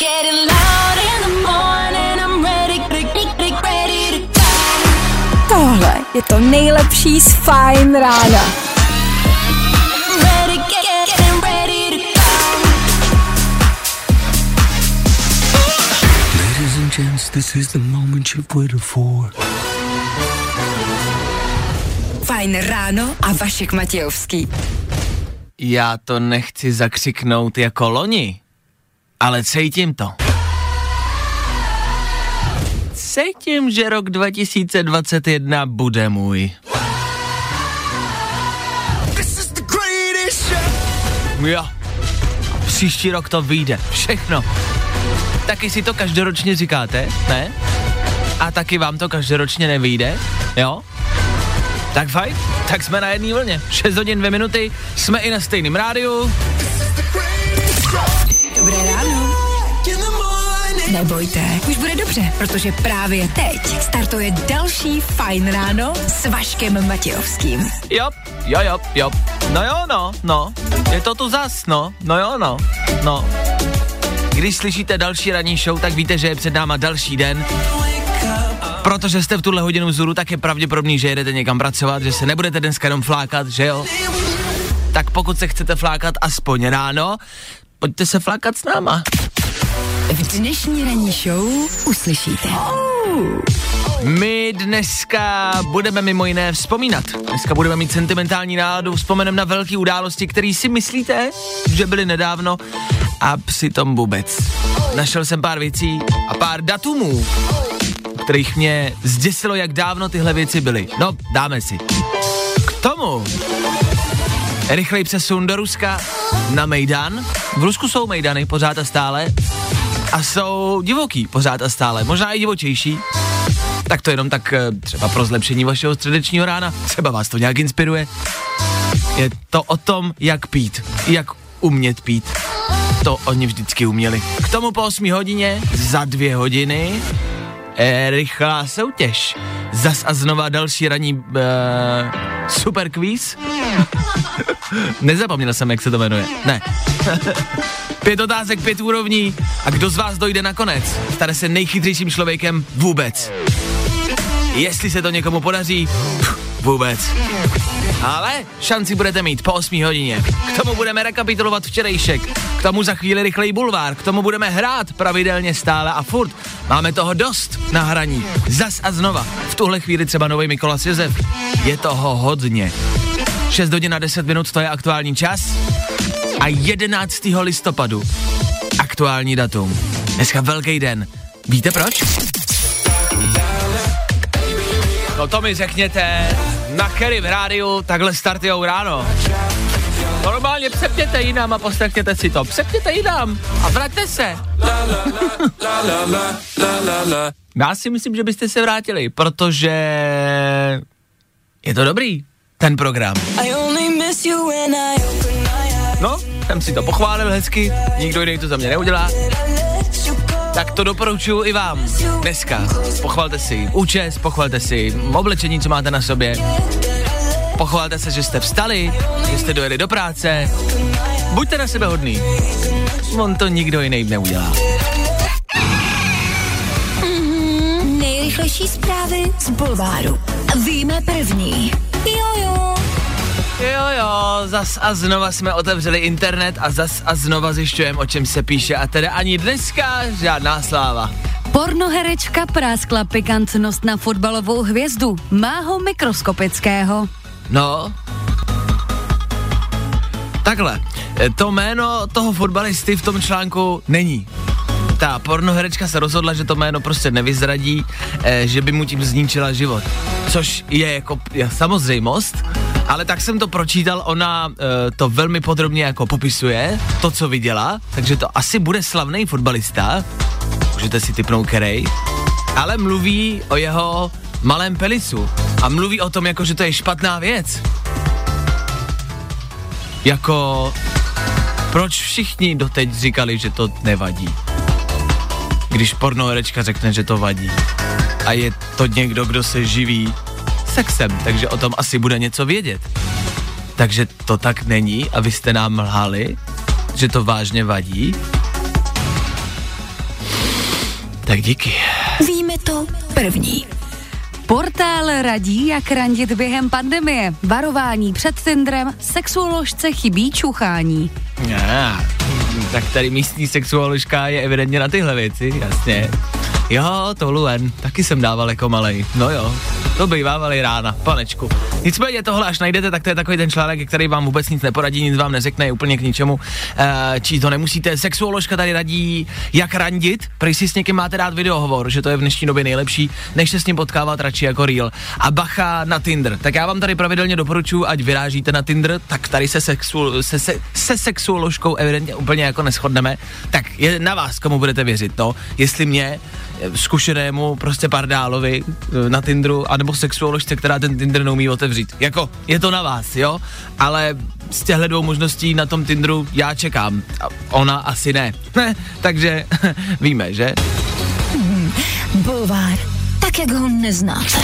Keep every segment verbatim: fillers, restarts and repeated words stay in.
Tohle je to nejlepší z Fajn rána. Ladies and gents, this is the moment you've waited for. Fajn ráno a Vašek Matějovský. Já to nechci zakřiknout jako loni, ale cítím to. Cítím, že rok dva tisíce dvacet jedna bude můj. Jo. Příští rok to vyjde. Všechno. Taky si to každoročně říkáte, ne? A taky vám to každoročně nevyjde, jo? Tak fajn, tak jsme na jedné vlně. šest hodin dvě minuty, jsme i na stejném rádiu. Dobré ráno. Nebojte, už bude dobře, protože právě teď startuje další Fajn ráno s Vaškem Matějovským. Jo, jo, jo, jo. No jo, no, no. Je to tu zas, no. No jo, no. No. Když slyšíte další ranní show, tak víte, že je před náma další den. Protože jste v tuhle hodinu vzhůru, tak je pravděpodobný, že jedete někam pracovat, že se nebudete dneska jenom flákat, že jo? Tak pokud se chcete flákat aspoň ráno, pojďte se flákat s náma. V dnešní ranní show uslyšíte. My dneska budeme mimo jiné vzpomínat. Dneska budeme mít sentimentální náladu, vzpomeneme na velké události, které si myslíte, že byly nedávno a přitom vůbec. Našel jsem pár věcí a pár datumů, kterých mě zděsilo, jak dávno tyhle věci byly. No, dáme si. K tomu rychlej přesun do Ruska na Mejdan. V Rusku jsou mejdany pořád a stále a jsou divoký pořád a stále, možná i divočejší. Tak to jenom tak třeba pro zlepšení vašeho středečního rána, třeba vás to nějak inspiruje. Je to o tom, jak pít, jak umět pít. To oni vždycky uměli. K tomu po osmé hodině, za dvě hodiny, e, rychlá soutěž. Zas a znova další ranní e, super quiz. Nezapomněl jsem, jak se to jmenuje. Ne. Pět otázek, pět úrovní a kdo z vás dojde nakonec, stane se nejchytřejším člověkem vůbec. Jestli se to někomu podaří, pff, vůbec. Ale šanci budete mít po osmé hodině. K tomu budeme rekapitulovat včerejšek, k tomu za chvíli rychlej bulvár, k tomu budeme hrát pravidelně stále a furt. Máme toho dost na hraní. Zas a znova. V tuhle chvíli třeba nový Mikolas Josef. Je toho hodně. šest hodin a deset minut, to je aktuální čas. A jedenáctého listopadu aktuální datum. Dneska velký den. Víte proč? No to mi řekněte, na Kerry v rádiu takhle startujou ráno. Normálně přepněte jinam a poslechněte si to. Přepněte jinam a vraťte se. Já si myslím, že byste se vrátili, protože je to dobrý, ten program. No, jsem si to pochválil hezky, nikdo jiný to za mě neudělá. Tak to doporučuji i vám. Dneska pochvalte si účes, pochvalte si oblečení, co máte na sobě. Pochvalte se, že jste vstali, že jste dojeli do práce. Buďte na sebe hodný. On to nikdo jiný neudělá. Mm-hmm, nejrychlejší zprávy z bulváru. Víme první. Jojo. Jo, jo, zas a znova jsme otevřeli internet a zas a znova zjišťujeme, o čem se píše. A teda ani dneska žádná sláva. Pornoherečka práskla pikantnost na fotbalovou hvězdu. Má ho mikroskopického. No. Takhle. To jméno toho fotbalisty v tom článku není. Ta pornoherečka se rozhodla, že to jméno prostě nevyzradí, eh, že by mu tím zničila život. Což je jako je samozřejmost, ale tak jsem to pročítal, ona eh, to velmi podrobně jako popisuje, to, co viděla, takže to asi bude slavný fotbalista, můžete si tipnout kerej, ale mluví o jeho malém penisu a mluví o tom, jako že to je špatná věc. Jako, proč všichni doteď říkali, že to nevadí? Když pornoherečka řekne, že to vadí. A je to někdo, kdo se živí sexem, takže o tom asi bude něco vědět. Takže to tak není a vy jste nám lhali, že to vážně vadí. Tak díky. Víme to první. Portál radí, jak randit během pandemie. Varování před Tinderem, sexuoložce chybí čuchání. Já, tak tady místní sexuoložka je evidentně na tyhle věci, jasně. Jo, to Luen, taky jsem dával jako malej, no jo, to bývávali rána, panečku. Nicméně tohle, až najdete, tak to je takový ten článek, který vám vůbec nic neporadí, nic vám neřekne, je úplně k ničemu. E, či to nemusíte, sexuoložka tady radí, jak randit, prý si s někým máte dát videohovor, že to je v dnešní době nejlepší, než se s ním potkávat radši jako real. A bacha na Tinder, tak já vám tady pravidelně doporučuji, ať vyrážíte na Tinder, tak tady se, sexu, se, se, se sexuoložkou evidentně úplně jako neshodneme, tak je na vás, komu budete věřit, no, jestli mě, zkušenému prostě pardálovi na Tinderu, anebo sexuoložce, která ten Tinder neumí otevřít. Jako, je to na vás, jo? Ale z těchto dvou možností na tom Tinderu já čekám. A ona asi ne. Takže víme, že? Hmm, bulvár, tak jak ho neznáte.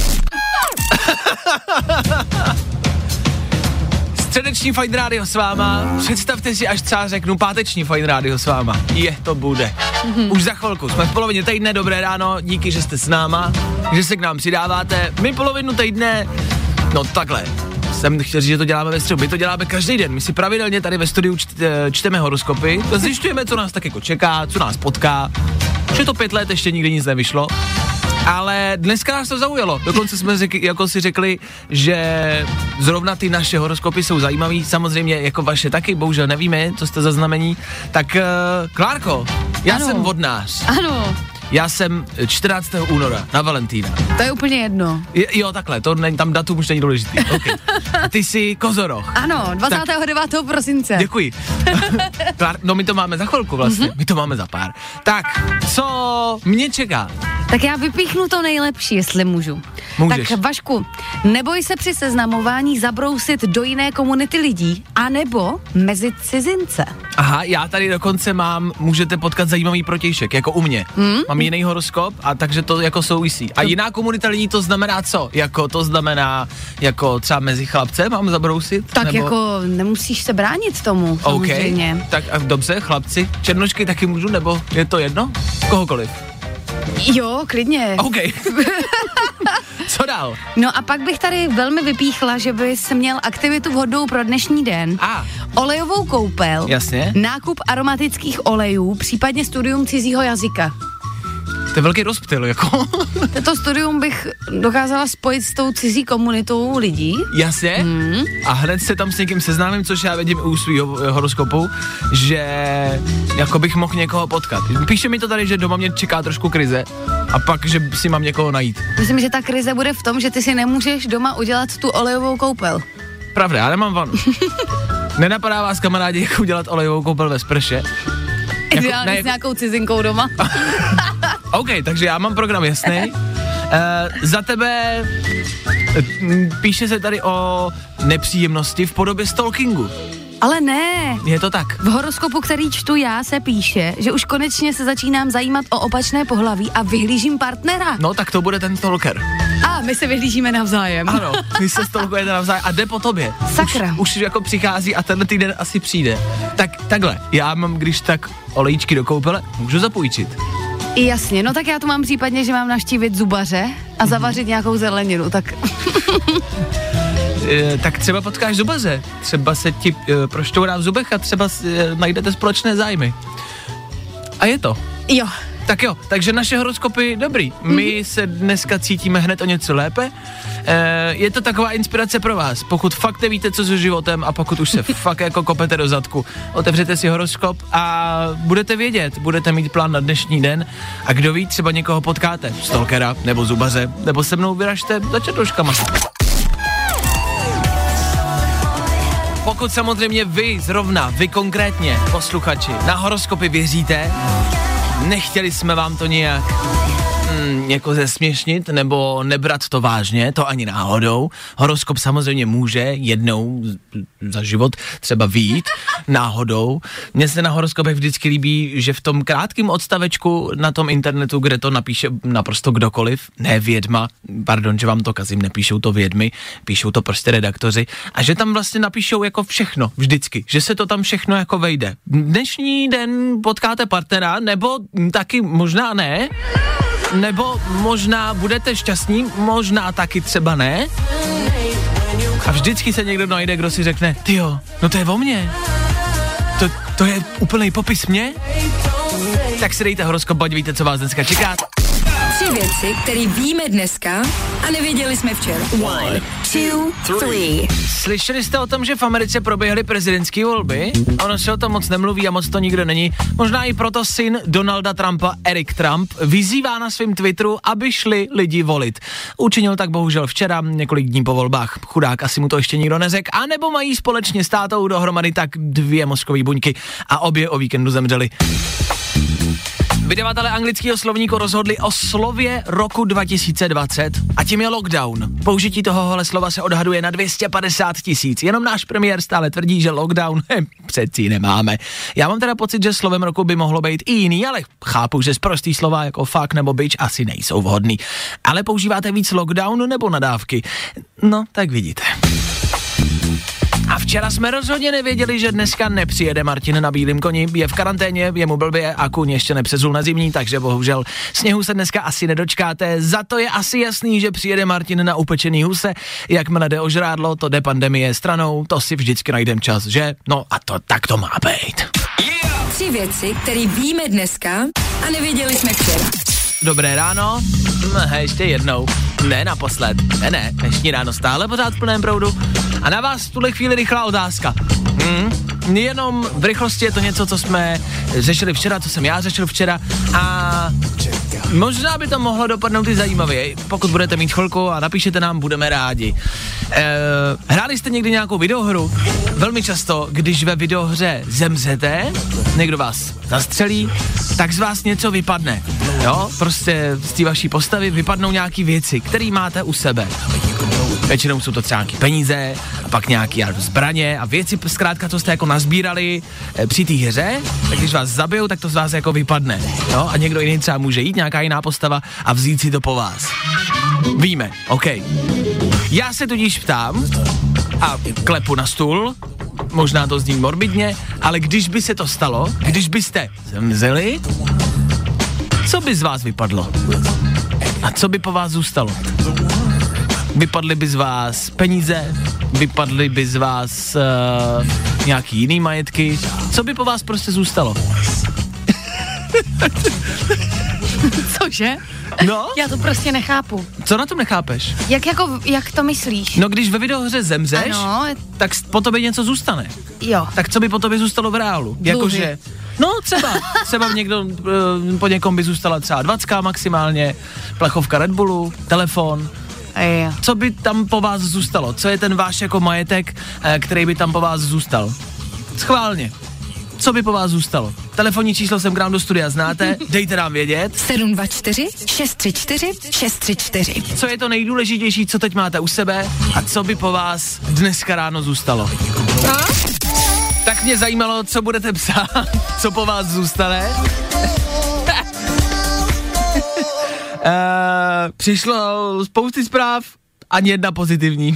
Středeční Fajn rádio s váma. Představte si, až třeba řeknu páteční Fajn rádio s váma. Je, to bude. Mm-hmm. Už za chvilku. Jsme v polovině týdne, dobré ráno, díky, že jste s náma, že se k nám přidáváte. My polovinu týdne, no takhle, jsem chtěl říct, že to děláme ve středu. My to děláme každý den. My si pravidelně tady ve studiu čte, čteme horoskopy. Zjišťujeme, co nás tak jako čeká, co nás potká. Už je to pět let, ještě nikdy nic nevyšlo. Ale dneska nás to zaujalo. Dokonce jsme řek, jako si řekli, že zrovna ty naše horoskopy jsou zajímavý. Samozřejmě jako vaše taky, bohužel nevíme, co jste za znamení. Tak uh, Klárko, já ano. jsem vodnář. Ano. Já jsem čtrnáctého února na Valentína. To je úplně jedno. Je, jo, takhle, to není, tam datum už není důležitý. Okay. A ty jsi kozoroch. Ano, dvacátého devátého prosince. Děkuji. Klár, no my to máme za chvilku vlastně, mm-hmm. my to máme za pár. Tak, co mě čeká? Tak já vypíchnu to nejlepší, jestli můžu. Můžeš. Tak Vašku, neboj se při seznamování zabrousit do jiné komunity lidí, anebo mezi cizince. Aha, já tady dokonce mám, můžete potkat zajímavý protějšek, jako u mě. Hmm? Mám jiný horoskop, a takže to jako souvisí. A jiná komunita lidí to znamená co? Jako to znamená, jako třeba mezi chlapce mám zabrousit? Tak nebo? jako nemusíš se bránit tomu, samozřejmě. Okay. Tak a dobře, chlapci, černošky taky můžu, nebo je to jedno? Kohokoliv. Jo, klidně. OK. Co dál? No a pak bych tady velmi vypíchla, že bys měl aktivitu vhodnou pro dnešní den. A. Olejovou koupel. Jasně. Nákup aromatických olejů, případně studium cizího jazyka. To je velký rozptyl, jako. Toto studium bych dokázala spojit s tou cizí komunitou lidí. Jasně. Hmm. A hned se tam s někým seznámím, což já vidím u svýho horoskopu, že jako bych mohl někoho potkat. Píše mi to tady, že doma mě čeká trošku krize a pak, že si mám někoho najít. Myslím, že ta krize bude v tom, že ty si nemůžeš doma udělat tu olejovou koupel. Pravda, já nemám vanu. Nenapadá vás, kamarádi, jak udělat olejovou koupel ve sprše? Ideálně jako, s nějakou cizinkou doma. OK, takže já mám program jasný. Uh, za tebe uh, píše se tady o nepříjemnosti v podobě stalkingu. Ale ne. Je to tak. V horoskopu, který čtu já, se píše, že už konečně se začínám zajímat o opačné pohlaví a vyhlížím partnera. No tak to bude ten stalker. A my se vyhlížíme navzájem. Ano, my se stalkujete navzájem a jde po tobě. Sakra. Už, už jako přichází a tenhle týden asi přijde. Tak takhle, já mám když tak olejčky do koupele, můžu zapůjčit. Jasně, no tak já tu mám případně, že mám navštívit zubaře a zavařit nějakou zeleninu, tak... e, tak třeba potkáš zubaře, třeba se ti e, proštourá v zubech a třeba e, najdete společné zájmy. A je to. Jo. Tak jo, takže naše horoskopy dobrý. My mm-hmm. se dneska cítíme hned o něco lépe. E, je to taková inspirace pro vás. Pokud fakt nevíte, co s životem a pokud už se fakt jako kopete do zadku, otevřete si horoskop a budete vědět, budete mít plán na dnešní den a kdo ví, třeba někoho potkáte, stalkera nebo zubaře, nebo se mnou vyražte za černoškama. Pokud samozřejmě vy zrovna, vy konkrétně, posluchači, na horoskopy věříte, nechtěli jsme vám to nijak mm, jako zesměšnit nebo nebrat to vážně, to ani náhodou. Horoskop samozřejmě může jednou za život třeba vyjít náhodou. Mně se na horoskopech vždycky líbí, že v tom krátkém odstavečku na tom internetu, kde to napíše naprosto kdokoliv, ne vědma, pardon, že vám to kazím, nepíšou to vědmy, píšou to prostě redaktoři, a že tam vlastně napíšou jako všechno, vždycky, že se to tam všechno jako vejde. Dnešní den potkáte partnera, nebo taky možná ne, nebo možná budete šťastní, možná taky třeba ne. A vždycky se někdo najde, kdo si řekne, tyjo, no to je o mně. To, to je úplný popis mě. Tak si dejte horoskop, ať víte, co vás dneska čeká. Tři věci, které víme dneska a nevěděli jsme včera. One, two, three. Slyšeli jste o tom, že v Americe proběhly prezidentské volby? Ono se o tom moc nemluví a moc to nikdo není. Možná i proto syn Donalda Trumpa, Eric Trump, vyzývá na svém Twitteru, aby šli lidi volit. Učinil tak bohužel včera, několik dní po volbách. Chudák, asi mu to ještě nikdo neřekl. A nebo mají společně s tátou dohromady tak dvě mozkové buňky a obě o víkendu zemřeli. Vydavatelé anglického slovníku rozhodli o slově roku dva tisíce dvacet a tím je lockdown. Použití tohohle slova se odhaduje na dvě stě padesát tisíc. Jenom náš premiér stále tvrdí, že lockdown he, přeci nemáme. Já mám teda pocit, že slovem roku by mohlo být i jiný, ale chápu, že sprostý slova jako fuck nebo bitch asi nejsou vhodný. Ale používáte víc lockdownu nebo nadávky? No, tak vidíte. A včera jsme rozhodně nevěděli, že dneska nepřijede Martin na bílém koni, je v karanténě, je mu blbě a kůň ještě nepřezul na zimní, takže bohužel sněhu se dneska asi nedočkáte. Za to je asi jasný, že přijede Martin na upečený huse, jakmile jde o žrádlo, to jde pandemie stranou, to si vždycky najdem čas, že? No a to tak to má být. Yeah! Tři věci, které víme dneska a nevěděli jsme včera. Dobré ráno, hm, ještě jednou, ne naposled, ne ne, dnešní ráno stále pořád v plném proudu. A na vás v tuhle chvíli rychlá otázka. Hmm, jenom v rychlosti je to něco, co jsme řešili včera, co jsem já řešil včera a možná by to mohlo dopadnout i zajímavě. Pokud budete mít chvilku a napíšete nám, budeme rádi. E, hráli jste někdy nějakou videohru? Velmi často, když ve videohře zemřete, někdo vás zastřelí, tak z vás něco vypadne. Jo, prostě z té vaší postavy vypadnou nějaký věci, které máte u sebe. Většinou jsou to třeba nějaký peníze a pak nějaký zbraně a věci, zkrátka, co jste jako nazbírali e, při té hře, tak když vás zabijou, tak to z vás jako vypadne. Jo? A někdo jiný třeba může jít, nějaká jiná postava a vzít si to po vás. Víme, OK. Já se tudíž ptám a klepu na stůl, možná to zní morbidně, ale když by se to stalo, když byste zemřeli, co by z vás vypadlo? A co by po vás zůstalo? Vypadly by z vás peníze, vypadly by z vás uh, nějaký jiný majetky, co by po vás prostě zůstalo? Cože? No? Já to prostě nechápu. Co na tom nechápeš? Jak jako, jak to myslíš? No když ve videohře zemřeš, ano. Tak po tobě něco zůstane. Jo. Tak co by po tobě zůstalo v reálu? Jakože, no třeba, třeba někdo, po někom by zůstala třeba dvacka maximálně, plechovka Red Bullu, telefon. Jo. Co by tam po vás zůstalo? Co je ten váš jako majetek, který by tam po vás zůstal? Schválně. Co by po vás zůstalo? Telefonní číslo sem k nám do studia znáte, dejte nám vědět. sedm dva čtyři šest tři čtyři šest tři čtyři. Co je to nejdůležitější, co teď máte u sebe a co by po vás dneska ráno zůstalo? No? Tak mě zajímalo, co budete psát, co po vás zůstane. Uh, přišlo spousty zpráv, ani jedna pozitivní.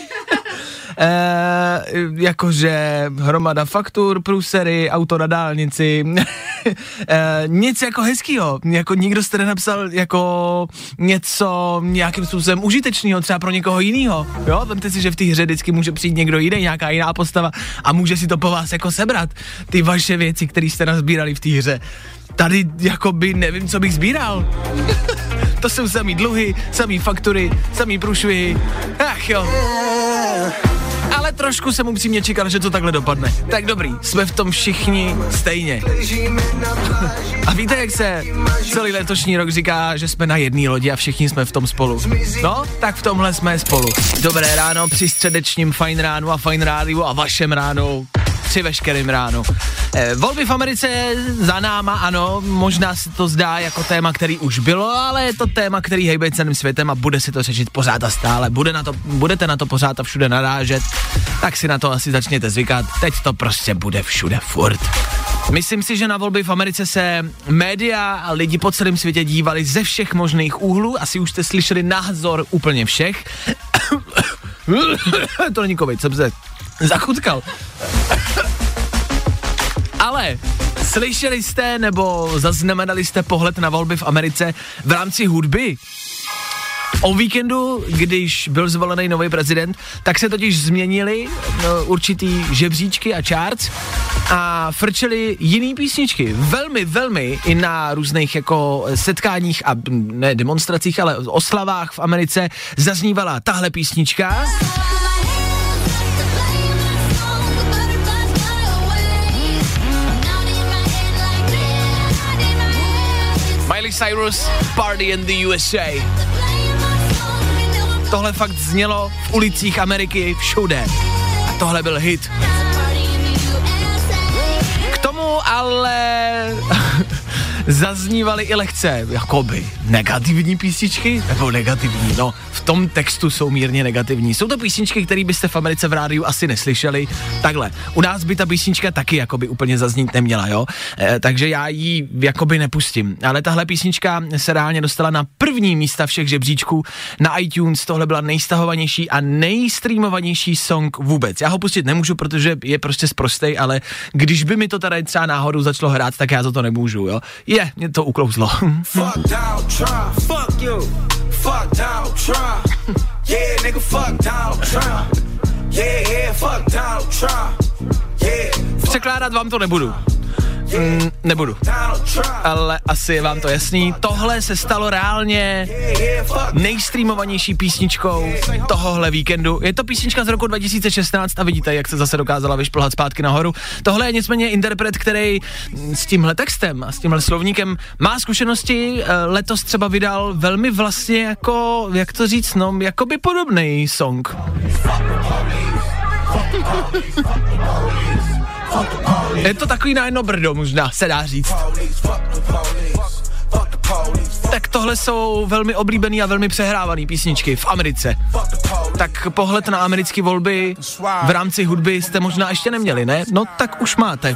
Uh, jakože hromada faktur, průsery, auto na dálnici, uh, nic jako hezkýho, jako nikdo jste nenapsal jako něco nějakým způsobem užitečného, třeba pro někoho jinýho, jo, vemte si, že v té hře vždycky může přijít někdo jiný, nějaká jiná postava a může si to po vás jako sebrat, ty vaše věci, které jste nazbírali v té hře. Tady jakoby nevím, co bych sbíral. To jsou samý dluhy, samý faktury, samý průšvihy, ach jo. Ale trošku jsem upřímně čekal, že to takhle dopadne. Tak dobrý, jsme v tom všichni stejně. A víte, jak se celý letošní rok říká, že jsme na jedné lodi a všichni jsme v tom spolu. No, tak v tomhle jsme spolu. Dobré ráno při středečním Fajn ránu a Fajn rádiu a vašem ránu. při veškerým ránu. Eh, volby v Americe za náma, ano, možná si to zdá jako téma, který už bylo, ale je to téma, který hejbe celým světem a bude si to řešit pořád a stále. Bude na to, budete na to pořád a všude narážet, tak si na to asi začněte zvykat. Teď to prostě bude všude furt. Myslím si, že na volby v Americe se média a lidi po celém světě dívali ze všech možných úhlů. Asi už jste slyšeli názor úplně všech. To není covid, jsem se zachutkal. Ale slyšeli jste nebo zaznamenali jste pohled na volby v Americe v rámci hudby? O víkendu, když byl zvolený nový prezident, tak se totiž změnili no, určitý žebříčky a charts a frčeli jiný písničky. Velmi, velmi i na různých jako setkáních a ne demonstracích, ale oslavách v Americe zaznívala tahle písnička. Miley Cyrus, Party in the U S A. Tohle fakt znělo v ulicích Ameriky všude. A tohle byl hit. K tomu ale zaznívaly i lehce, jakoby negativní písničky, nebo negativní, no, v tom textu jsou mírně negativní. Jsou to písničky, které byste v Americe v rádiu asi neslyšeli. Takhle, u nás by ta písnička taky jakoby úplně zaznít neměla, jo, e, takže já ji jakoby nepustím. Ale tahle písnička se reálně dostala na první místa všech žebříčků na iTunes, tohle byla nejstahovanější a nejstreamovanější song vůbec. Já ho pustit nemůžu, protože je prostě sprostej, ale když by mi to tady třeba náhodou začalo hrát, tak já za to nemůžu, jo. Je, mě to uklouzlo. Fuck Donald Trump, fuck you, fuck Donald Trump, yeah, nigga, fuck Donald Trump, yeah, yeah, fuck Donald Trump, yeah. Překládat vám to nebudu. Mm, nebudu. Ale asi je vám to jasný. Tohle se stalo reálně nejstreamovanější písničkou tohohle víkendu. Je to písnička z roku dva tisíce šestnáct a vidíte, jak se zase dokázala vyšplhat zpátky nahoru. Tohle je nicméně interpret, který s tímhle textem a s tímhle slovníkem má zkušenosti. Letos třeba vydal velmi vlastně jako, jak to říct, no, jakoby podobný song. Je to takový na jedno brdo, možná se dá říct. Tak tohle jsou velmi oblíbený a velmi přehrávaný písničky v Americe. Tak pohled na americké volby v rámci hudby jste možná ještě neměli, ne? No tak už máte.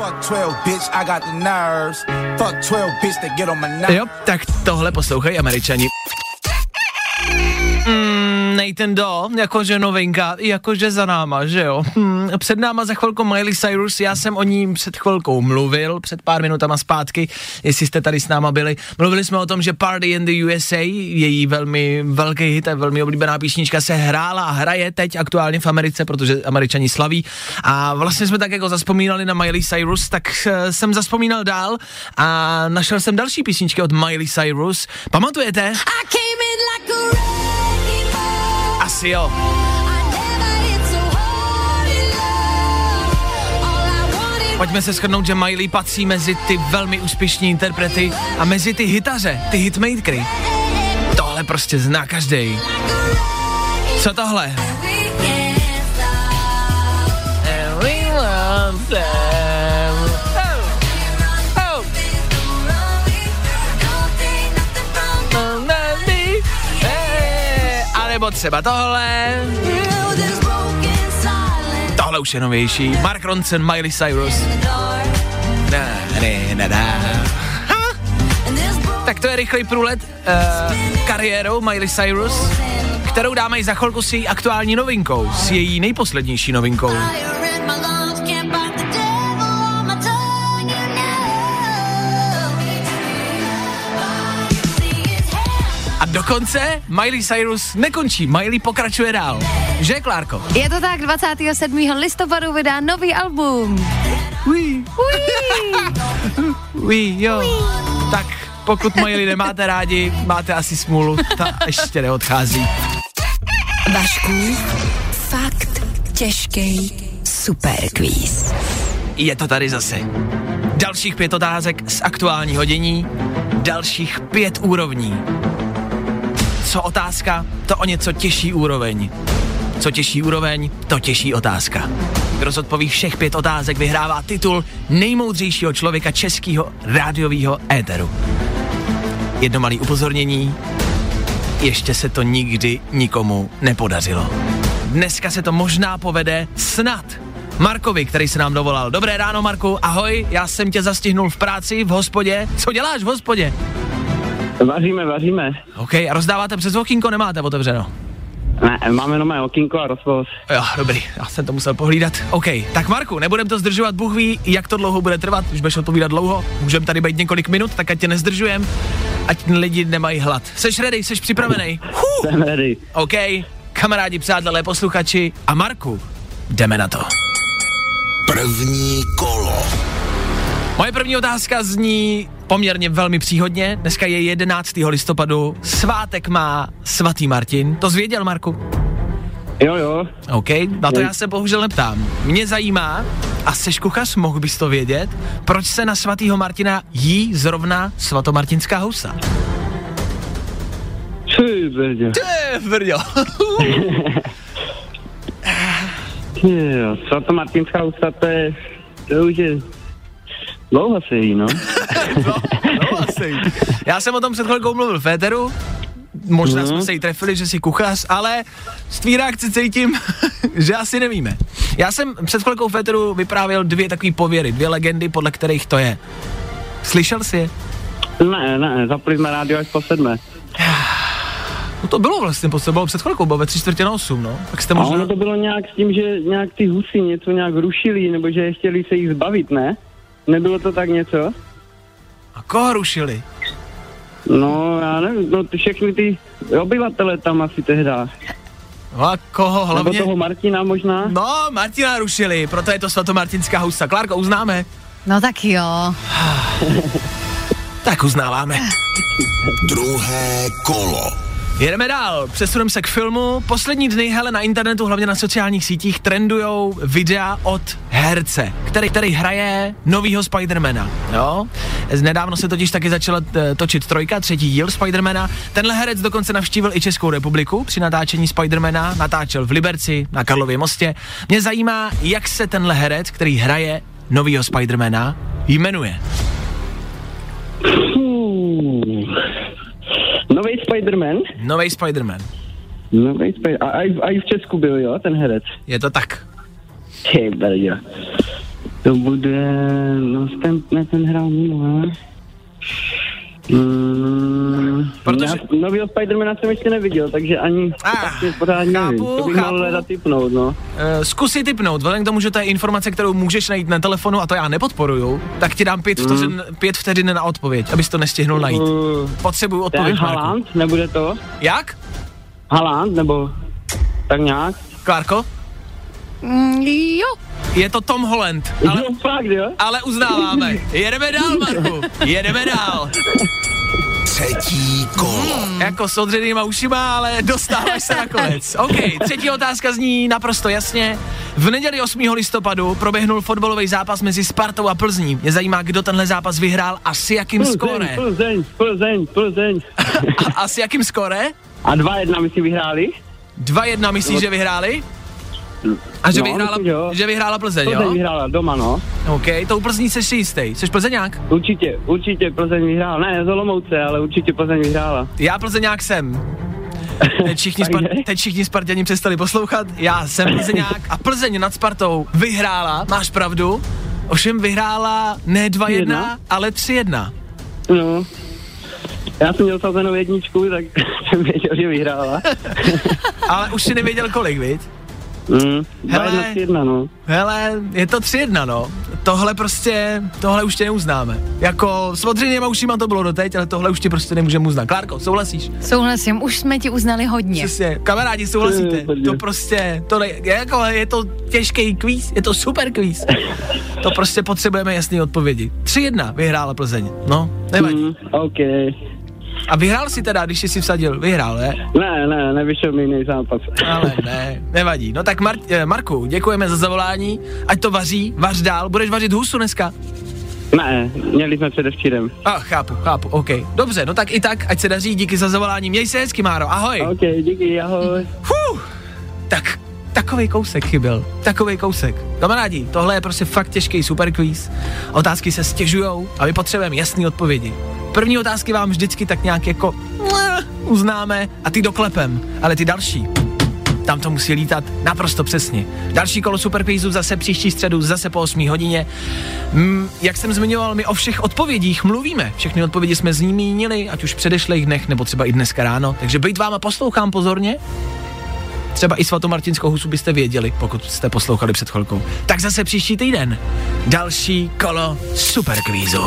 Jo, tak tohle poslouchají Američani. Mm, Nathan Dawe, jakože novinka, jakože za náma, že jo. Hmm, před náma za chvilku Miley Cyrus, já jsem o ní před chvilkou mluvil, před pár minutama zpátky, jestli jste tady s náma byli. Mluvili jsme o tom, že Party in the U S A, její velmi velký hit a velmi oblíbená písnička se hrála a hraje teď aktuálně v Americe, protože Američani slaví. A vlastně jsme tak jako zaspomínali na Miley Cyrus, tak uh, jsem zaspomínal dál a našel jsem další písničky od Miley Cyrus. Pamatujete? Asi jo. Pojďme se shrnout, že Miley patří mezi ty velmi úspěšní interprety a mezi ty hitaře, ty hitmakery. Tohle prostě zná každej. Co tohle? Nebo třeba tohle. Tohle už je novější. Mark Ronson, Miley Cyrus. Na, ne, na, na. Tak to je rychlej průlet uh, kariérou Miley Cyrus, kterou dáme i za chvilku s její aktuální novinkou, s její nejposlednější novinkou. A dokonce Miley Cyrus nekončí, Miley pokračuje dál. Že, Klárko? Je to tak, dvacátého sedmého listopadu vydá nový album. Ui. Ui. Ui, jo. Ui. Tak pokud Miley nemáte rádi, máte asi smůlu, ta ještě neodchází. Vašku, fakt těžký superkvíz. Je to tady zase. Dalších pět otázek z aktuálního dění, dalších pět úrovní. Co otázka, to o něco těžší úroveň. Co těžší úroveň, to těžší otázka. Kdo zodpoví všech pět otázek, vyhrává titul nejmoudřejšího člověka českého rádiového éteru. Jedno malé upozornění, ještě se to nikdy nikomu nepodařilo. Dneska se to možná povede snad Markovi, který se nám dovolal. Dobré ráno, Marku, ahoj, já jsem tě zastihnul v práci, v hospodě. Co děláš v hospodě? Vaříme, vaříme. OK, a rozdáváte přes okýnko, nemáte otevřeno? Ne, máme jenom okýnko a rozvoz. Jo, dobrý, já jsem to musel pohlídat. OK, tak Marku, nebudem to zdržovat, Bůh ví, jak to dlouho bude trvat, už budeš odpovídat dlouho, můžeme tady být několik minut, tak ať tě nezdržujem, ať lidi nemají hlad. Seš ready, seš připravený? Huh. Jsem ready. OK, kamarádi, přátelé, posluchači a Marku, jdeme na to. První kolo. Moje první otázka zní poměrně velmi příhodně. Dneska je jedenáctého listopadu, svátek má svatý Martin. To jsi věděl, Marku? Jo, jo. OK, na to já se bohužel neptám. Mě zajímá, a seš kuchař, mohl bys to vědět, proč se na svatýho Martina jí zrovna svatomartinská housa? Ty brďo. Ty brďo. Jo, svatomartinská housa, to je, to už je dlouho se jí, no. no, no asi. Já jsem o tom před chvilkou mluvil v éteru, možná mm. jsme se jí trefili, že jsi kuchař, ale z tvý reakce cítím, že asi nevíme. Já jsem před chvilkou v éteru vyprávěl dvě takové pověry, dvě legendy, podle kterých to je. Slyšel jsi je? Ne, ne, zapli jsme rádio až po sedmé. No to bylo vlastně, to bylo před chvilkou, bylo ve tři čtvrtě na osm, no. Tak jste možná... A ono to bylo nějak s tím, že nějak ty husy něco nějak rušili, nebo že chtěli se jich zbavit, ne? Nebylo to tak něco? A koho rušili? No, já nevím, no ty všechny ty obyvatele tam asi tehda. No a koho hlavně? Nebo toho Martina možná? No, Martina rušili, proto je to svatomartinská housa. Klárko, uznáme? No tak jo. Tak uznáváme. Druhé kolo. Jedeme dál, přesuneme se k filmu. Poslední dny, hele, na internetu, hlavně na sociálních sítích, trendujou videa od herce, který, který hraje novýho Spidermana, jo? Nedávno se totiž taky začala točit trojka, třetí díl Spidermana. Tenhle herec dokonce navštívil i Českou republiku při natáčení Spidermana, natáčel v Liberci, na Karlově mostě. Mě zajímá, jak se tenhle herec, který hraje novýho Spidermana, jmenuje. Nový Spider-Man? Nový Spider-Man. Nový Spider- a, a, a i v Česku byl, jo, ten herec? Je to tak. Ty brďo. To bude, no ten, ne, ten hrál mimo, mm, Protože... Já novýho Spidermana jsem ještě neviděl, takže ani ah, vlastně pořád nevím. To bych mohl hledat tipnout, no. Uh, zkus si tipnout, vzhledem k tomu, že to je informace, kterou můžeš najít na telefonu a to já nepodporuju, tak ti dám pět mm. vteřin, pět vteřin na odpověď, abys to nestihnul najít. Uh, Potřebuju odpověď, Marku. Haaland, nebude to? Jak? Haaland, nebo tak nějak? Klárko? Mm, jo. Je to Tom Holland. Ale, jo, fakt, jo? Ale uznáváme. Jedeme dál, Marku. Jedeme dál. Třetí kolo. Hmm, jako s odřenýma ušima, ale dostáváš se nakonec. OK, třetí otázka zní naprosto jasně. V neděli osmého listopadu proběhnul fotbalový zápas mezi Spartou a Plzní. Mě zajímá, kdo tenhle zápas vyhrál a s jakým Plzeň, skóre. Plzeň, Plzeň, Plzeň. A, a s jakým skóre? A dva jedna my si vyhráli? dva jedna myslíš, no. že vyhráli? A že, no, vyhrála, myslím, že vyhrála Plzeň, Plzeň jo? Plzeň vyhrála doma, no. OK, tou Plzní seš si jistý. Seš Plzeňák? Určitě, určitě Plzeň vyhrála. Ne, z Olomouce, ale určitě Plzeň vyhrála. Já Plzeňák jsem. Teď všichni, Spar- teď všichni Sparťani přestali poslouchat. Já jsem Plzeňák a Plzeň nad Spartou vyhrála, máš pravdu. Ovšem vyhrála ne dva jedna, ale tři jedna. No. Já jsem měl sazenou jedničku, tak jsem věděl, že vyhrála. Ale už si nevěděl kolik, viď? Mm, hele, jedna, no. hele, je to tři jedna, no. Tohle prostě, tohle už tě neuznáme. Jako s odřenýma ušima to bylo doteď, ale tohle už tě prostě nemůžeme uznat. Klárko, souhlasíš? Souhlasím, už jsme ti uznali hodně. Přesně, kamarádi, souhlasíte? To prostě, to ne, jako je to těžký kvíz, je to super kvíz. To prostě potřebujeme jasné odpovědi. tři jedna vyhrála Plzeň, no, nevadí. Mm, OK. A vyhrál si teda, když jsi si vsadil, vyhrál, ne? Ne, ne, nevyšel mi jiný zápas. Ale ne, nevadí. No tak Mar- eh, Marku, děkujeme za zavolání, ať to vaří, vař dál, budeš vařit husu dneska? Ne, měli jsme předevčírem. A, chápu, chápu, OK. Dobře, no tak i tak, ať se daří, díky za zavolání, měj se hezky, Máro, ahoj. OK, díky, ahoj. Fuh, tak Takovej kousek chyběl, takovej kousek. Kamarádi, tohle je prostě fakt těžký superquiz. Otázky se stěžujou a my potřebujeme jasné odpovědi. První otázky vám vždycky tak nějak jako uznáme a ty doklepem, ale ty další, tam to musí lítat naprosto přesně. Další kolo superquizu zase příští středu, zase po osmé hodině. Mm, jak jsem zmiňoval, my o všech odpovědích mluvíme. Všechny odpovědi jsme zmínili, ať už v předešlých dnech, nebo třeba i dneska ráno. Takže bejt váma poslouchám pozorně. Třeba i svatomartinskou husu byste věděli, pokud jste poslouchali před chvilkou. Tak zase příští týden. Další kolo superkvízu.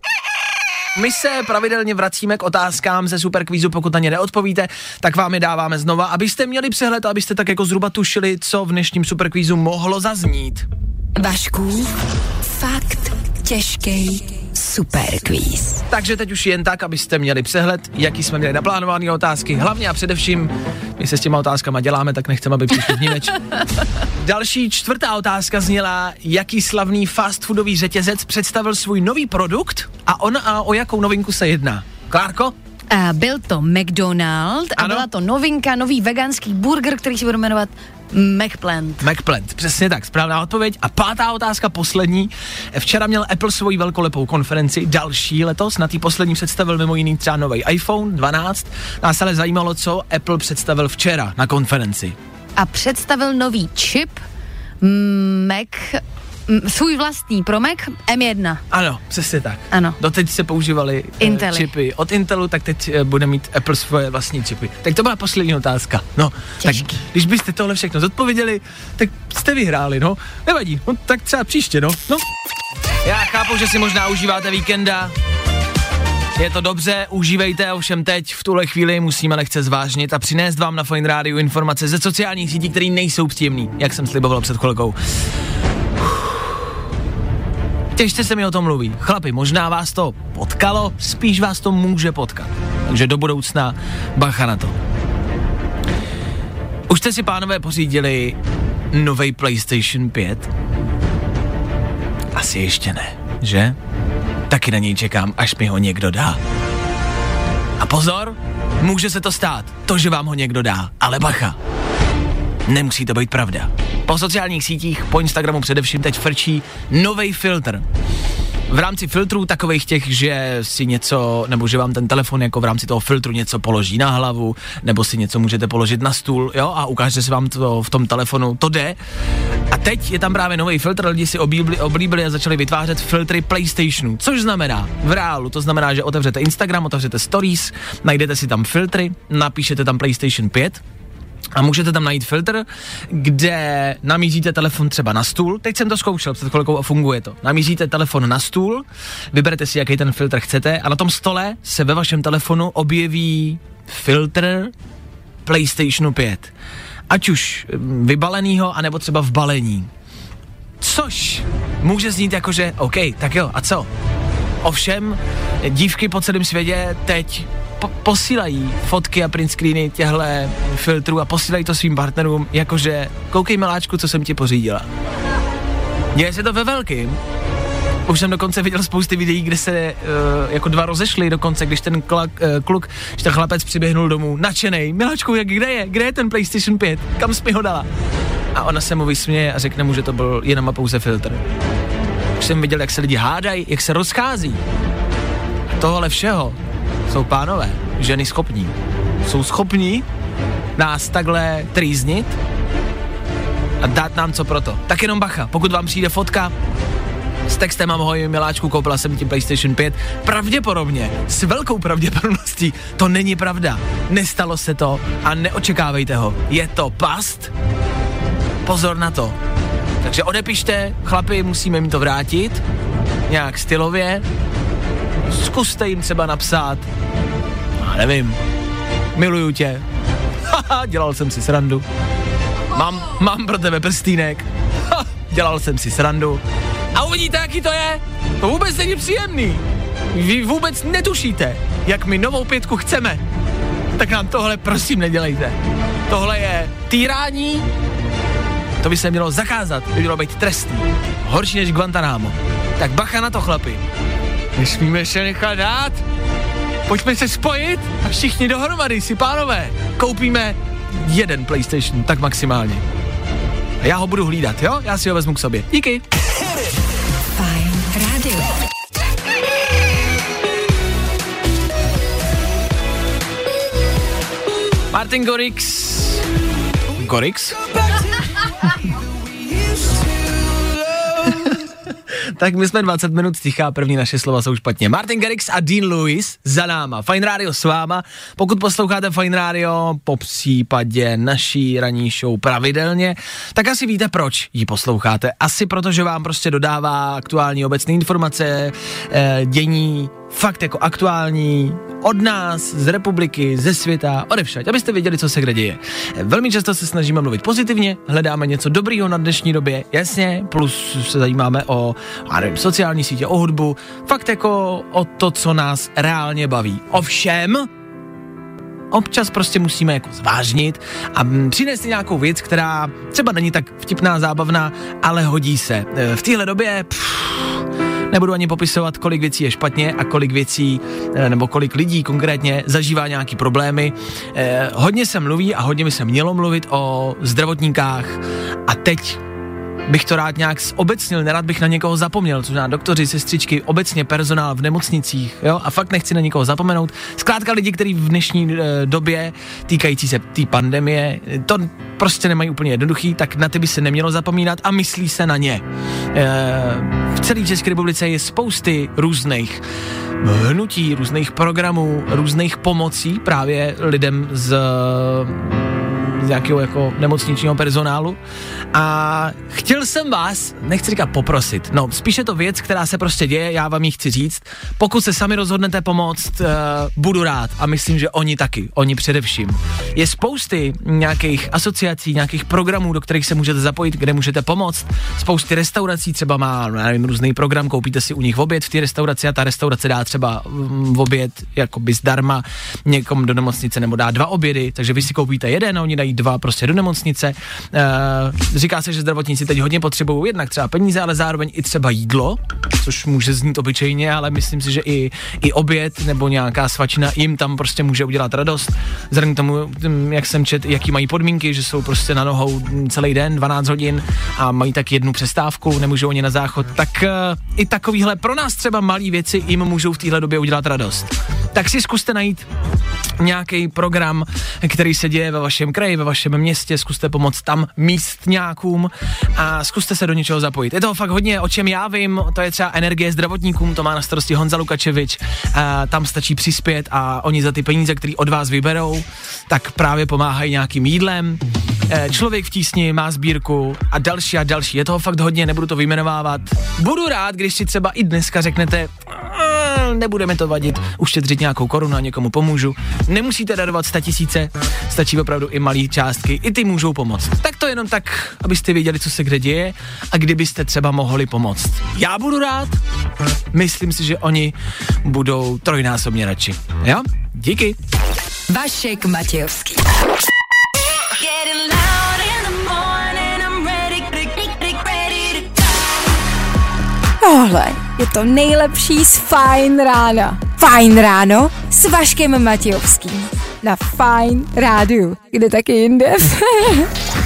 My se pravidelně vracíme k otázkám ze superkvízu, pokud na ně neodpovíte, tak vám je dáváme znova, abyste měli přehled, abyste tak jako zhruba tušili, co v dnešním superkvízu mohlo zaznít. Vaškův fakt těžký superkvíz. Takže teď už jen tak, abyste měli přehled, jaký jsme měli naplánované otázky. Hlavně a především, my se s těma otázkama děláme, tak nechceme, aby přišli vnímeč. Další čtvrtá otázka zněla, jaký slavný fast foodový řetězec představil svůj nový produkt a on a o jakou novinku se jedná. Klárko? A byl to McDonald a ano? Byla to novinka, nový veganský burger, který se bude jmenovat McPlant. McPlant, přesně tak, správná odpověď. A pátá otázka, poslední. Včera měl Apple svoji velkolepou konferenci, další letos, na té poslední představil mimo jiný třeba nový iPhone dvanáct. Nás ale zajímalo, co Apple představil včera na konferenci. A představil nový čip Mac, svůj vlastní pro Mac M jedna. Ano, přesně tak. Ano. Doteď se používaly uh, čipy od Intelu, tak teď uh, bude mít Apple svoje vlastní čipy. Tak to byla poslední otázka. No, těžký. Tak když byste tohle všechno zodpověděli, tak jste vyhráli, no. Nevadí, no, tak třeba příště, no. no. Já chápu, že si možná užíváte víkenda. Je to dobře, užívejte, ovšem teď v tuhle chvíli musíme lehce zvážnit a přinést vám na Fajn rádiu informace ze sociálních sítí, které nejsou příjemný, jak jsem sliboval před chvilkou. Těžce se mi o tom mluví. Chlapi, možná vás to potkalo, spíš vás to může potkat. Takže do budoucna bacha na to. Už jste si, pánové, pořídili novej PlayStation pět? Asi ještě ne, že? Taky na něj čekám, až mi ho někdo dá. A pozor, může se to stát, to, že vám ho někdo dá, ale bacha. Nemusí to být pravda. Po sociálních sítích, po Instagramu především teď frčí novej filtr. V rámci filtrů takových těch, že si něco, nebo že vám ten telefon jako v rámci toho filtru něco položí na hlavu, nebo si něco můžete položit na stůl, jo, a ukáže se vám to v tom telefonu, to jde. A teď je tam právě nový filtr, lidi si oblíbili, oblíbili a začali vytvářet filtry PlayStationu, což znamená v reálu, to znamená, že otevřete Instagram, otevřete Stories, najdete si tam filtry, napíšete tam PlayStation pět, a můžete tam najít filtr, kde namíříte telefon třeba na stůl. Teď jsem to zkoušel před chvilkou a funguje to. Namíříte telefon na stůl, vyberete si, jaký ten filtr chcete a na tom stole se ve vašem telefonu objeví filtr PlayStationu pět. Ať už vybalenýho, anebo třeba v balení. Což může znít jako, že OK, tak jo, a co? Ovšem, dívky po celém světě teď po- posílají fotky a print screeny těhle filtrů a posílají to svým partnerům, jakože koukej miláčku, co jsem ti pořídila. Děje se to ve velkým. Už jsem dokonce viděl spousty videí, kde se uh, jako dva rozešli dokonce, když ten klak, uh, kluk, když ten chlapec přiběhnul domů, nadšenej, miláčku, jak, kde je, kde je ten PlayStation pět, kam jsi mi ho dala? A ona se mu vysměje a řekne mu, že to byl jenom a pouze filtr. Už jsem viděl, jak se lidi hádají, jak se rozchází. A tohle všeho jsou pánové, ženy schopní. Jsou schopní nás takhle trýznit a dát nám co proto. Tak jenom bacha, pokud vám přijde fotka s textem ahoj miláčku, koupila jsem ti PlayStation pět, pravděpodobně, s velkou pravděpodobností, to není pravda. Nestalo se to a neočekávejte ho. Je to past. Pozor na to. Takže odepište, chlapi, musíme jim to vrátit, nějak stylově. Zkuste jim třeba napsat, já nevím, miluju tě, haha, dělal jsem si srandu, mám, mám pro tebe prstýnek, ha, dělal jsem si srandu. A uvidíte, jaký to je, to vůbec není příjemný. Vy vůbec netušíte, jak my novou pětku chceme, tak nám tohle prosím nedělejte. Tohle je týrání. To by se mělo zakázat, by mělo být trestný. Horší než Guantanamo. Tak bacha na to, chlapi. Nesmíme se nechat dát. Pojďme se spojit a všichni dohromady si, pánové, koupíme jeden PlayStation, tak maximálně. Já ho budu hlídat, jo? Já si ho vezmu k sobě. Díky. Fajn rádio. Martin Garrix. Garrix? Tak my jsme dvacet minut tichá, první naše slova jsou špatně. Martin Garrix a Dean Lewis za náma. Fajn rádio s váma. Pokud posloucháte Fajn rádio, po případě naší ranní show pravidelně, tak asi víte, proč ji posloucháte. Asi proto, že vám prostě dodává aktuální obecné informace, eh, dění, fakt jako aktuální, od nás, z republiky, ze světa, odevšad, abyste věděli, co se kde děje. Velmi často se snažíme mluvit pozitivně, hledáme něco dobrýho na dnešní době, jasně, plus se zajímáme o, já nevím, sociální sítě, o hudbu, fakt jako o to, co nás reálně baví. Ovšem, občas prostě musíme jako zvážnit a přinést si nějakou věc, která třeba není tak vtipná, zábavná, ale hodí se. V téhle době pff, nebudu ani popisovat, kolik věcí je špatně a kolik věcí, nebo kolik lidí konkrétně zažívá nějaký problémy. Eh, hodně se mluví a hodně by se mělo mluvit o zdravotníkách a teď bych to rád nějak obecnil, nerad bych na někoho zapomněl, což na doktoři, sestřičky, obecně personál v nemocnicích, jo, a fakt nechci na někoho zapomenout. Zkrátka lidi, kteří v dnešní e, době týkající se té pandemie, to prostě nemají úplně jednoduchý, tak na ty by se nemělo zapomínat a myslí se na ně. E, v celé České republice je spousty různých hnutí, různých programů, různých pomocí právě lidem z z nějakého jako nemocničního personálu a chtěl jsem vás, nechci říkat poprosit, no spíše to věc, která se prostě děje, já vám ji chci říct, pokud se sami rozhodnete pomoct, uh, budu rád a myslím, že oni taky, oni především. Je spousty nějakých asociací, nějakých programů, do kterých se můžete zapojit, kde můžete pomoct, spousty restaurací třeba má, nevím, různý program, koupíte si u nich oběd v té restauraci a ta restaurace dá třeba v oběd jakoby zdarma někomu do nemocnice nebo dá dva obědy, takže vy si koupíte jeden a oni dají dva prostě do nemocnice. E, říká se, že zdravotníci teď hodně potřebují jednak třeba peníze, ale zároveň i třeba jídlo, což může znít obyčejně, ale myslím si, že i, i oběd nebo nějaká svačina jim tam prostě může udělat radost. Vzhledem k tomu, jak jsem čet, jaký mají podmínky, že jsou prostě na nohou celý den, dvanáct hodin a mají tak jednu přestávku, nemůžou oni na záchod, tak e, i takovýhle pro nás třeba malý věci jim můžou v téhle době udělat radost. Tak si zkuste najít nějaký program, který se děje ve vašem kraji, ve vašem městě, zkuste pomoct tam místňákům a zkuste se do něčeho zapojit. Je toho fakt hodně, o čem já vím, to je třeba energie zdravotníkům, to má na starosti Honza Lukačevič, a tam stačí přispět a oni za ty peníze, které od vás vyberou, tak právě pomáhají nějakým jídlem. Člověk v tísni má sbírku a další a další. Je toho fakt hodně, nebudu to vyjmenovávat. Budu rád, když si třeba i dneska řeknete, nebudeme to vadit, uštědřit nějakou korunu a někomu pomůžu. Nemusíte darovat statisíce, stačí opravdu i malý částky, i ty můžou pomoct. Tak to jenom tak, abyste věděli, co se kde děje a kdybyste třeba mohli pomoct. Já budu rád, myslím si, že oni budou trojnásobně radši. Jo? Díky. Vašek Matějovský. Tohle je to nejlepší z Fajn rána. Fajn ráno s Vaškem Matějovským. Na Fajn rádiu. Kde taky jinde?